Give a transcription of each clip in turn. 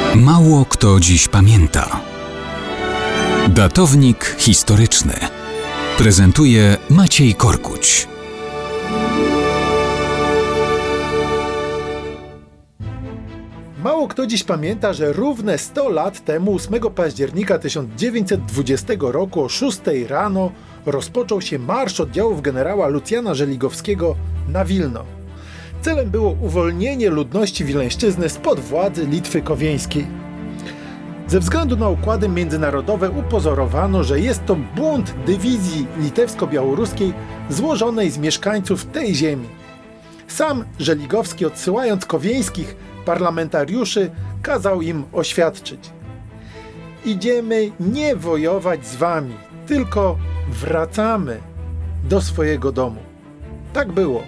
Mało kto dziś pamięta. Datownik historyczny prezentuje Maciej Korkuć. Mało kto dziś pamięta, że równe 100 lat temu, 8 października 1920 roku o 6 rano rozpoczął się marsz oddziałów generała Lucjana Żeligowskiego na Wilno. Celem było uwolnienie ludności Wileńszczyzny spod władzy Litwy Kowieńskiej. Ze względu na układy międzynarodowe upozorowano, że jest to bunt dywizji litewsko-białoruskiej złożonej z mieszkańców tej ziemi. Sam Żeligowski, odsyłając kowieńskich parlamentariuszy, kazał im oświadczyć: idziemy nie wojować z wami, tylko wracamy do swojego domu. Tak było.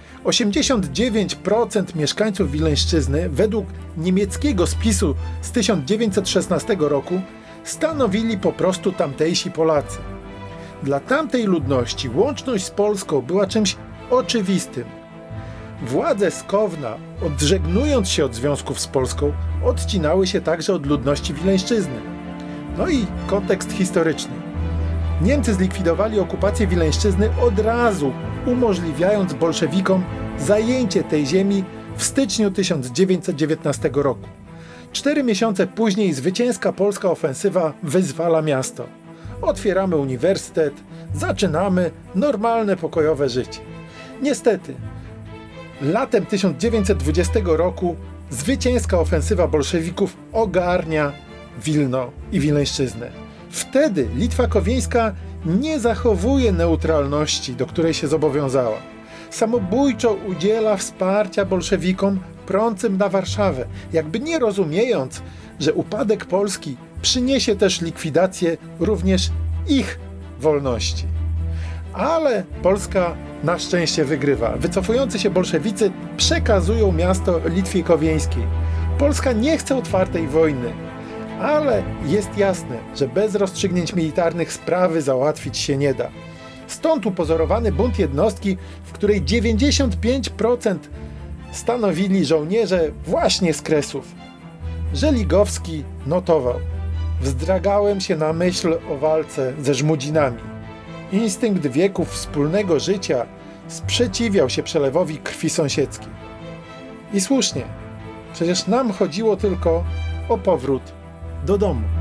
89% mieszkańców Wileńszczyzny według niemieckiego spisu z 1916 roku stanowili po prostu tamtejsi Polacy. Dla tamtej ludności łączność z Polską była czymś oczywistym. Władze z Kowna, odżegnując się od związków z Polską, odcinały się także od ludności Wileńszczyzny. No i kontekst historyczny. Niemcy zlikwidowali okupację Wileńszczyzny od razu, umożliwiając bolszewikom zajęcie tej ziemi w styczniu 1919 roku. 4 miesiące później zwycięska polska ofensywa wyzwala miasto. Otwieramy uniwersytet, zaczynamy normalne, pokojowe życie. Niestety, latem 1920 roku zwycięska ofensywa bolszewików ogarnia Wilno i Wileńszczyznę. Wtedy Litwa Kowieńska nie zachowuje neutralności, do której się zobowiązała. Samobójczo udziela wsparcia bolszewikom prącym na Warszawę, jakby nie rozumiejąc, że upadek Polski przyniesie też likwidację również ich wolności. Ale Polska na szczęście wygrywa. Wycofujący się bolszewicy przekazują miasto Litwie Kowieńskiej. Polska nie chce otwartej wojny, ale jest jasne, że bez rozstrzygnięć militarnych sprawy załatwić się nie da. Stąd upozorowany bunt jednostki, w której 95% stanowili żołnierze właśnie z Kresów. Żeligowski notował: wzdragałem się na myśl o walce ze Żmudzinami. Instynkt wieków wspólnego życia sprzeciwiał się przelewowi krwi sąsiedzkiej. I słusznie, przecież nam chodziło tylko o powrót do domu.